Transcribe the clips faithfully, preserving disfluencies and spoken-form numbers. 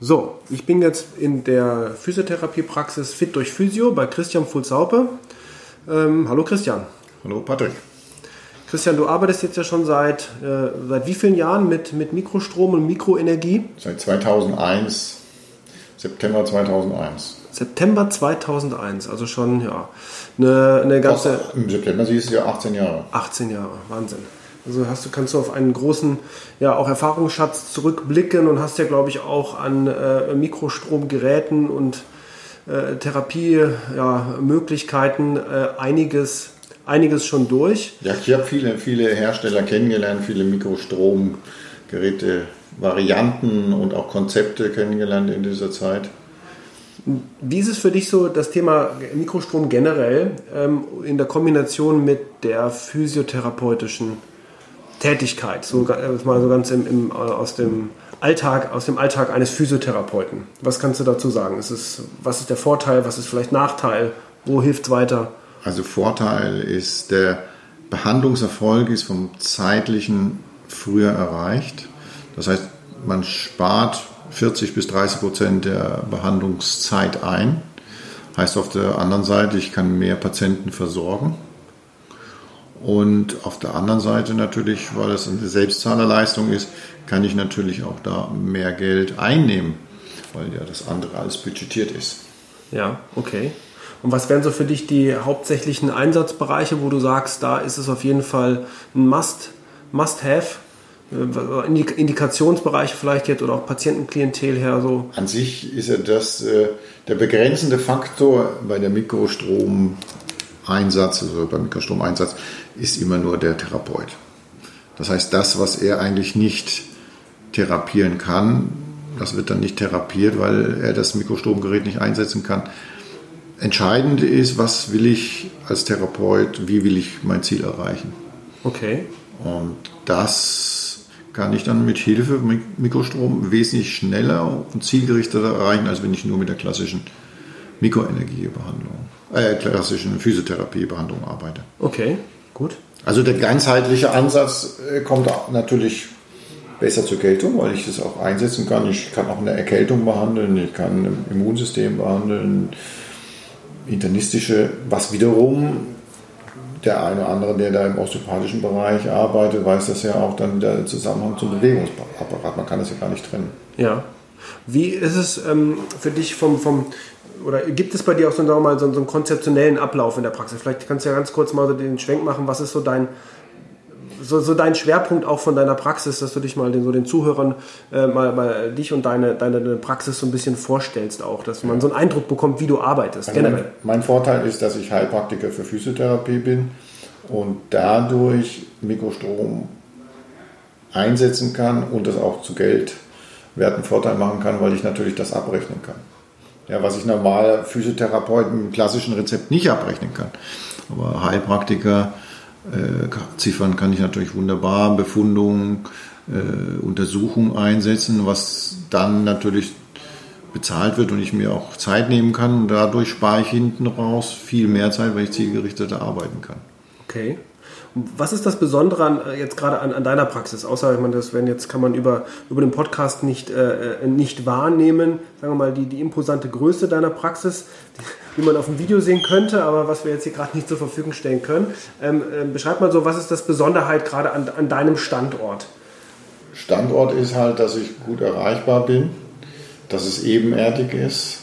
So, ich bin jetzt in der Physiotherapiepraxis Fit durch Physio bei Christian Fulzaupe. Ähm, hallo Christian. Hallo Patrick. Christian, du arbeitest jetzt ja schon seit, äh, seit wie vielen Jahren mit, mit Mikrostrom und Mikroenergie? Seit zweitausendeins, September zweitausendeins. September zweitausendeins, also schon ja eine, eine ganze... Fast, im September siehst du ja achtzehn Jahre. achtzehn Jahre, Wahnsinn. Also hast du, kannst du auf einen großen, ja, auch Erfahrungsschatz zurückblicken und hast ja, glaube ich, auch an äh, Mikrostromgeräten und äh, Therapiemöglichkeiten ja, äh, einiges, einiges schon durch. Ja, ich habe viele, viele Hersteller kennengelernt, viele Mikrostromgeräte, Varianten und auch Konzepte kennengelernt in dieser Zeit. Wie ist es für dich so, das Thema Mikrostrom generell ähm, in der Kombination mit der physiotherapeutischen Tätigkeit, so mal so ganz im, im, aus dem Alltag, aus dem Alltag eines Physiotherapeuten? Was kannst du dazu sagen? Ist es, was ist der Vorteil, was ist vielleicht Nachteil? Wo hilft es weiter? Also Vorteil ist, der Behandlungserfolg ist vom zeitlichen früher erreicht. Das heißt, man spart vierzig bis dreißig Prozent der Behandlungszeit ein. Heißt auf der anderen Seite, ich kann mehr Patienten versorgen. Und auf der anderen Seite natürlich, weil es eine Selbstzahlerleistung ist, kann ich natürlich auch da mehr Geld einnehmen, weil ja das andere alles budgetiert ist. Ja, okay. Und was wären so für dich die hauptsächlichen Einsatzbereiche, wo du sagst, da ist es auf jeden Fall ein Must, Must-Have? Indikationsbereiche vielleicht jetzt oder auch Patientenklientel her so? An sich ist ja das äh, der begrenzende Faktor bei der Mikrostrom Einsatz, also beim Mikrostromeinsatz, ist immer nur der Therapeut. Das heißt, das, was er eigentlich nicht therapieren kann, das wird dann nicht therapiert, weil er das Mikrostromgerät nicht einsetzen kann. Entscheidend ist, was will ich als Therapeut, wie will ich mein Ziel erreichen. Okay. Und das kann ich dann mit Hilfe mit Mikrostrom wesentlich schneller und zielgerichteter erreichen, als wenn ich nur mit der klassischen Mikroenergiebehandlung, äh, klassischen Physiotherapiebehandlung arbeite. Okay, gut. Also der ganzheitliche Ansatz kommt natürlich besser zur Geltung, weil ich das auch einsetzen kann. Ich kann auch eine Erkältung behandeln, ich kann ein Immunsystem behandeln, internistische, was wiederum der eine oder andere, der da im osteopathischen Bereich arbeitet, weiß das ja auch dann der Zusammenhang zum Bewegungsapparat. Man kann das ja gar nicht trennen. Ja. Wie ist es ähm, für dich vom, vom oder gibt es bei dir auch so, sagen wir mal, so, so einen konzeptionellen Ablauf in der Praxis? Vielleicht kannst du ja ganz kurz mal so den Schwenk machen. Was ist so dein, so, so dein Schwerpunkt auch von deiner Praxis, dass du dich mal den, so den Zuhörern äh, mal, mal dich und deine, deine, deine Praxis so ein bisschen vorstellst auch, dass man so einen Eindruck bekommt, wie du arbeitest. Also generell. Mein, mein Vorteil ist, dass ich Heilpraktiker für Physiotherapie bin und dadurch Mikrostrom einsetzen kann und das auch zu geldwerten Vorteil machen kann, weil ich natürlich das abrechnen kann. Ja, was ich normal Physiotherapeuten im klassischen Rezept nicht abrechnen kann. Aber Heilpraktiker äh, Ziffern kann ich natürlich wunderbar, Befundungen, äh, Untersuchungen einsetzen, was dann natürlich bezahlt wird und ich mir auch Zeit nehmen kann. Und dadurch spare ich hinten raus viel mehr Zeit, weil ich zielgerichteter arbeiten kann. Okay. Was ist das Besondere an, jetzt gerade an, an deiner Praxis? Außer, ich meine, das werden jetzt kann man über, über den Podcast nicht, äh, nicht wahrnehmen, sagen wir mal, die, die imposante Größe deiner Praxis, die, die man auf dem Video sehen könnte, aber was wir jetzt hier gerade nicht zur Verfügung stellen können. Ähm, äh, beschreib mal so, was ist das Besonderheit gerade an, an deinem Standort? Standort ist halt, dass ich gut erreichbar bin, dass es ebenerdig ist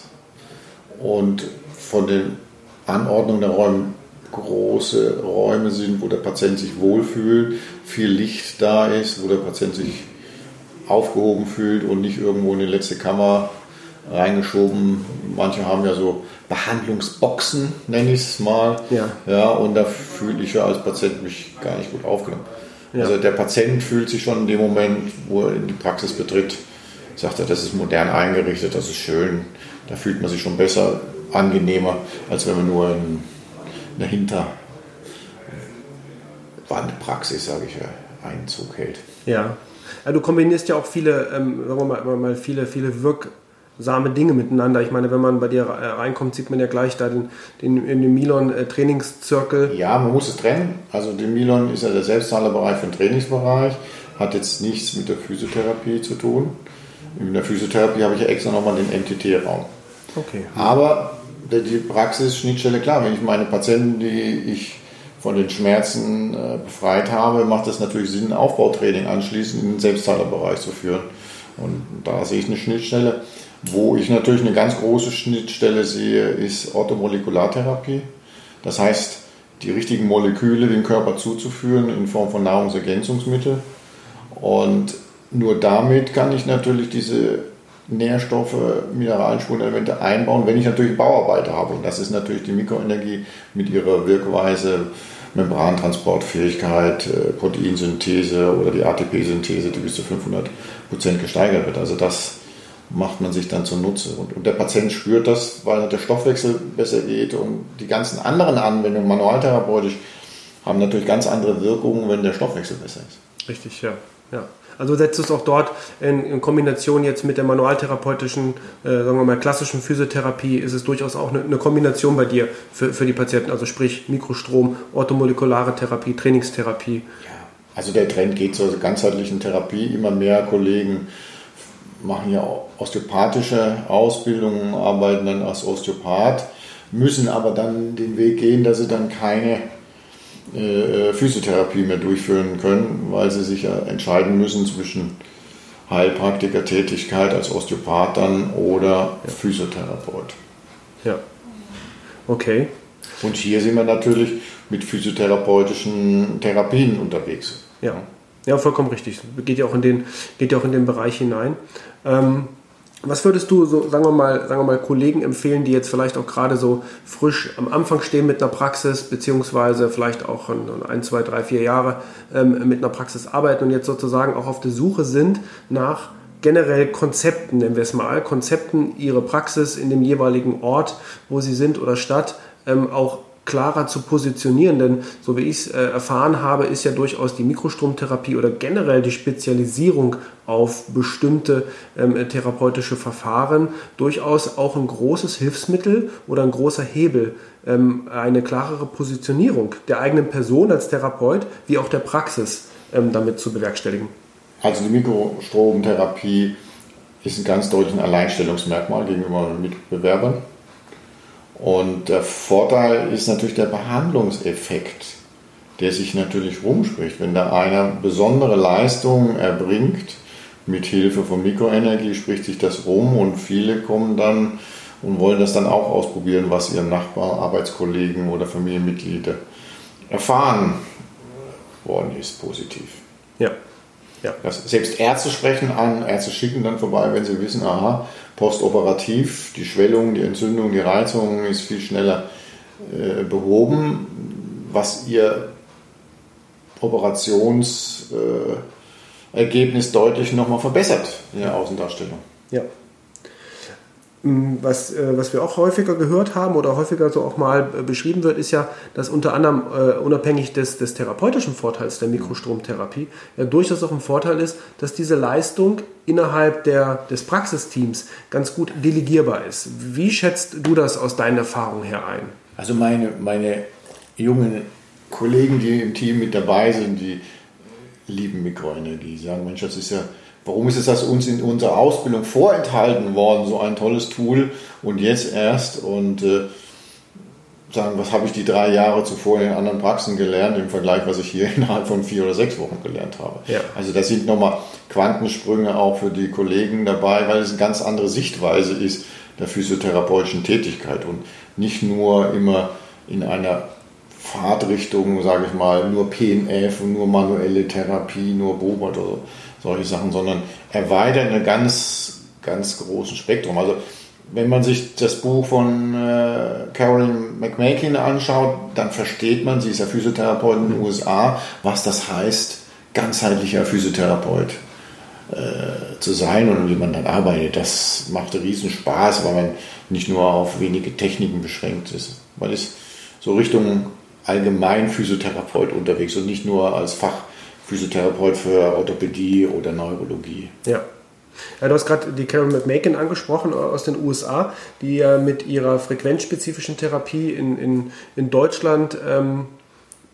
und von den Anordnungen der Räume große Räume sind, wo der Patient sich wohlfühlt, viel Licht da ist, wo der Patient sich aufgehoben fühlt und nicht irgendwo in die letzte Kammer reingeschoben. Manche haben ja so Behandlungsboxen, nenne ich es mal. Ja. Ja, und da fühle ich ja als Patient mich gar nicht gut aufgenommen. Ja. Also der Patient fühlt sich schon in dem Moment, wo er in die Praxis betritt, sagt er, das ist modern eingerichtet, das ist schön. Da fühlt man sich schon besser, angenehmer, als wenn man nur in eine Hinterwandpraxis, sage ich, Einzug hält. Ja. Ja, du kombinierst ja auch viele, ähm, sagen wir mal, mal viele, viele wirksame Dinge miteinander. Ich meine, wenn man bei dir reinkommt, sieht man ja gleich da den, den, den Milon-Trainingszirkel. Ja, man muss es trennen. Also der Milon ist ja der Selbstzahlerbereich für den Trainingsbereich, hat jetzt nichts mit der Physiotherapie zu tun. In der Physiotherapie habe ich ja extra nochmal den M T T-Raum. Okay. Aber die Praxis-Schnittstelle, klar, wenn ich meine Patienten, die ich von den Schmerzen äh, befreit habe, macht es natürlich Sinn, Aufbautraining anschließend in den Selbstzahlerbereich zu führen. Und da sehe ich eine Schnittstelle. Wo ich natürlich eine ganz große Schnittstelle sehe, ist Orthomolekulartherapie. Das heißt, die richtigen Moleküle dem Körper zuzuführen in Form von Nahrungsergänzungsmitteln. Und nur damit kann ich natürlich diese Nährstoffe, Mineralien, Spurenelemente einbauen, wenn ich natürlich Bauarbeiter habe. Und das ist natürlich die Mikroenergie mit ihrer Wirkweise, Membrantransportfähigkeit, Proteinsynthese oder die A T P-Synthese, die bis zu fünfhundert Prozent gesteigert wird. Also das macht man sich dann zunutze. Und, und der Patient spürt das, weil der Stoffwechsel besser geht und die ganzen anderen Anwendungen, manualtherapeutisch, haben natürlich ganz andere Wirkungen, wenn der Stoffwechsel besser ist. Richtig, ja. ja. Also setzt es auch dort in, in Kombination jetzt mit der manualtherapeutischen, äh, sagen wir mal klassischen Physiotherapie, ist es durchaus auch eine, eine Kombination bei dir für, für die Patienten, also sprich Mikrostrom, orthomolekulare Therapie, Trainingstherapie. Ja, also der Trend geht zur ganzheitlichen Therapie. Immer mehr Kollegen machen ja osteopathische Ausbildungen, arbeiten dann als Osteopath, müssen aber dann den Weg gehen, dass sie dann keine äh, Physiotherapie mehr durchführen können, weil sie sich ja entscheiden müssen zwischen Heilpraktikertätigkeit als Osteopath dann oder ja. Physiotherapeut. Ja, okay. Und hier sind wir natürlich mit physiotherapeutischen Therapien unterwegs. Ja. Ja, vollkommen richtig. Geht ja auch in den, geht ja auch in den Bereich hinein. Ähm, was würdest du, so, sagen wir mal, sagen wir mal, Kollegen empfehlen, die jetzt vielleicht auch gerade so frisch am Anfang stehen mit einer Praxis, beziehungsweise vielleicht auch ein, zwei, drei, vier Jahre ähm, mit einer Praxis arbeiten und jetzt sozusagen auch auf der Suche sind nach generell Konzepten, nennen wir es mal, Konzepten, ihre Praxis in dem jeweiligen Ort, wo sie sind oder Stadt, ähm, auch klarer zu positionieren, denn so wie ich es äh, erfahren habe, ist ja durchaus die Mikrostromtherapie oder generell die Spezialisierung auf bestimmte ähm, therapeutische Verfahren durchaus auch ein großes Hilfsmittel oder ein großer Hebel, ähm, eine klarere Positionierung der eigenen Person als Therapeut wie auch der Praxis ähm, damit zu bewerkstelligen. Also die Mikrostromtherapie ist ein ganz deutliches Alleinstellungsmerkmal gegenüber Mitbewerbern. Und der Vorteil ist natürlich der Behandlungseffekt, der sich natürlich rumspricht. Wenn da einer besondere Leistungen erbringt, mit Hilfe von Mikroenergie spricht sich das rum und viele kommen dann und wollen das dann auch ausprobieren, was ihre Nachbarn, Arbeitskollegen oder Familienmitglieder erfahren worden ist, positiv. Ja. Ja. Das, selbst Ärzte sprechen an, Ärzte schicken dann vorbei, wenn sie wissen, aha, postoperativ, die Schwellung, die Entzündung, die Reizung ist viel schneller äh, behoben, was ihr Operationsergebnis äh, deutlich nochmal verbessert in der Außendarstellung. Ja. Was, äh, was wir auch häufiger gehört haben oder häufiger so auch mal äh, beschrieben wird, ist ja, dass unter anderem äh, unabhängig des, des therapeutischen Vorteils der Mikrostromtherapie ja durchaus auch ein Vorteil ist, dass diese Leistung innerhalb der, des Praxisteams ganz gut delegierbar ist. Wie schätzt du das aus deinen Erfahrungen her ein? Also meine, meine jungen Kollegen, die im Team mit dabei sind, die lieben Mikroenergie, die sagen, Mensch, das ist ja warum ist es das uns in unserer Ausbildung vorenthalten worden, so ein tolles Tool und jetzt erst und äh, sagen, was habe ich die drei Jahre zuvor in den anderen Praxen gelernt im Vergleich, was ich hier innerhalb von vier oder sechs Wochen gelernt habe. Ja. Also da sind nochmal Quantensprünge auch für die Kollegen dabei, weil es eine ganz andere Sichtweise ist der physiotherapeutischen Tätigkeit und nicht nur immer in einer Fahrtrichtung, sage ich mal, nur P N F und nur manuelle Therapie, nur Bobot oder so. Solche Sachen, sondern erweitert ein ganz, ganz großes Spektrum. Also wenn man sich das Buch von äh, Carolyn McMakin anschaut, dann versteht man, sie ist ja Physiotherapeutin in den U S A, was das heißt, ganzheitlicher Physiotherapeut äh, zu sein und wie man dann arbeitet. Das macht riesen Spaß, weil man nicht nur auf wenige Techniken beschränkt ist. Man ist so Richtung allgemein Physiotherapeut unterwegs und nicht nur als Fach Physiotherapeut für Orthopädie oder Neurologie. Ja. Ja, du hast gerade die Carolyn McMakin angesprochen aus den U S A, die ja mit ihrer frequenzspezifischen Therapie in, in, in Deutschland ähm,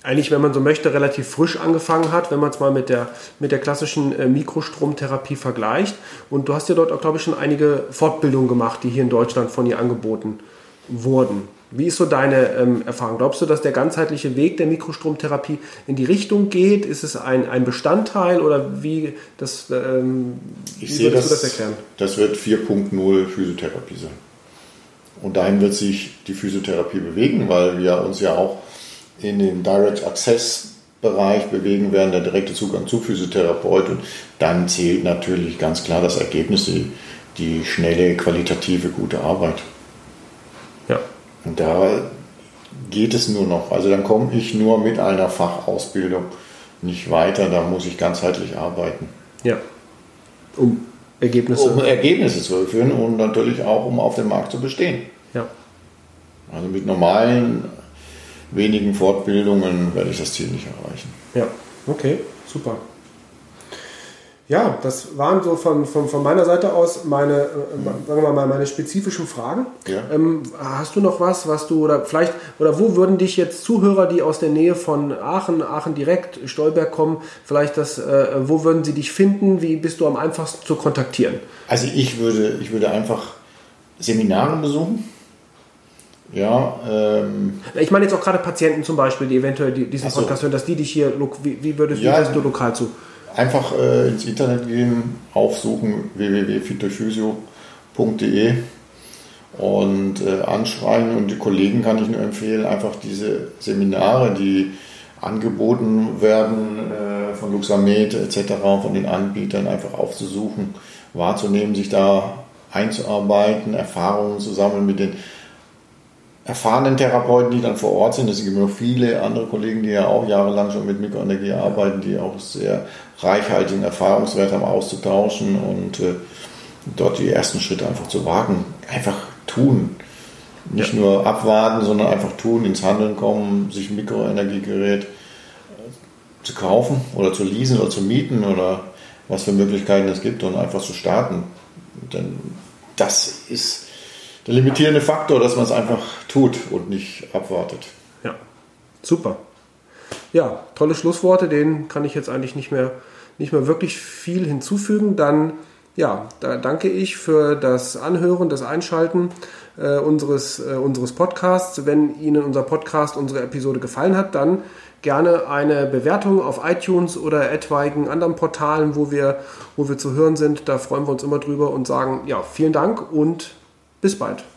eigentlich, wenn man so möchte, relativ frisch angefangen hat, wenn man es mal mit der, mit der klassischen äh, Mikrostromtherapie vergleicht. Und du hast ja dort auch, glaube ich, schon einige Fortbildungen gemacht, die hier in Deutschland von ihr angeboten wurden. Wie ist so deine ähm, Erfahrung? Glaubst du, dass der ganzheitliche Weg der Mikrostromtherapie in die Richtung geht? Ist es ein, ein Bestandteil oder wie, das, ähm, ich wie sehe würdest das, du das erklären? Das wird vier Punkt null Physiotherapie sein. Und dahin wird sich die Physiotherapie bewegen, weil wir uns ja auch in den Direct Access Bereich bewegen werden, der direkte Zugang zu Physiotherapeut. Und dann zählt natürlich ganz klar das Ergebnis, die, die schnelle, qualitative, gute Arbeit. Ja. Und da geht es nur noch. Also dann komme ich nur mit einer Fachausbildung nicht weiter, da muss ich ganzheitlich arbeiten. Ja. Um Ergebnisse. Um Ergebnisse zu erfüllen und natürlich auch, um auf dem Markt zu bestehen. Ja. Also mit normalen, wenigen Fortbildungen werde ich das Ziel nicht erreichen. Ja, okay, super. Ja, das waren so von, von, von meiner Seite aus meine, äh, sagen wir mal, meine spezifischen Fragen. Ja. Ähm, hast du noch was, was du, oder vielleicht, oder wo würden dich jetzt Zuhörer, die aus der Nähe von Aachen, Aachen direkt, Stolberg kommen, vielleicht das, äh, wo würden sie dich finden? Wie bist du am einfachsten zu kontaktieren? Also ich würde, ich würde einfach Seminare besuchen. Ja, ähm, Ich meine jetzt auch gerade Patienten zum Beispiel, die eventuell die, diesen so. Podcast hören, dass die dich hier, wie, wie würdest Ja, wie du lokal zu? Einfach äh, ins Internet gehen, aufsuchen w w w punkt fitdurchphysio punkt de und äh, anschreiben. Und die Kollegen kann ich nur empfehlen, einfach diese Seminare, die angeboten werden äh, von Luxamed et cetera, von den Anbietern einfach aufzusuchen, wahrzunehmen, sich da einzuarbeiten, Erfahrungen zu sammeln mit den erfahrenen Therapeuten, die dann vor Ort sind. Es gibt noch viele andere Kollegen, die ja auch jahrelang schon mit Mikroenergie arbeiten, die auch sehr reichhaltigen Erfahrungswert haben, auszutauschen und äh, dort die ersten Schritte einfach zu wagen. Einfach tun. Nicht ja. nur abwarten, sondern einfach tun, ins Handeln kommen, sich ein Mikroenergiegerät zu kaufen oder zu leasen oder zu mieten oder was für Möglichkeiten es gibt und einfach zu starten. Denn das ist der limitierende Faktor, dass man es einfach tut und nicht abwartet. Ja, super. Ja, tolle Schlussworte, denen kann ich jetzt eigentlich nicht mehr, nicht mehr wirklich viel hinzufügen. Dann, ja, da danke ich für das Anhören, das Einschalten äh, unseres, äh, unseres Podcasts. Wenn Ihnen unser Podcast, unsere Episode gefallen hat, dann gerne eine Bewertung auf iTunes oder etwaigen anderen Portalen, wo wir, wo wir zu hören sind. Da freuen wir uns immer drüber und sagen, ja, vielen Dank und bis bald.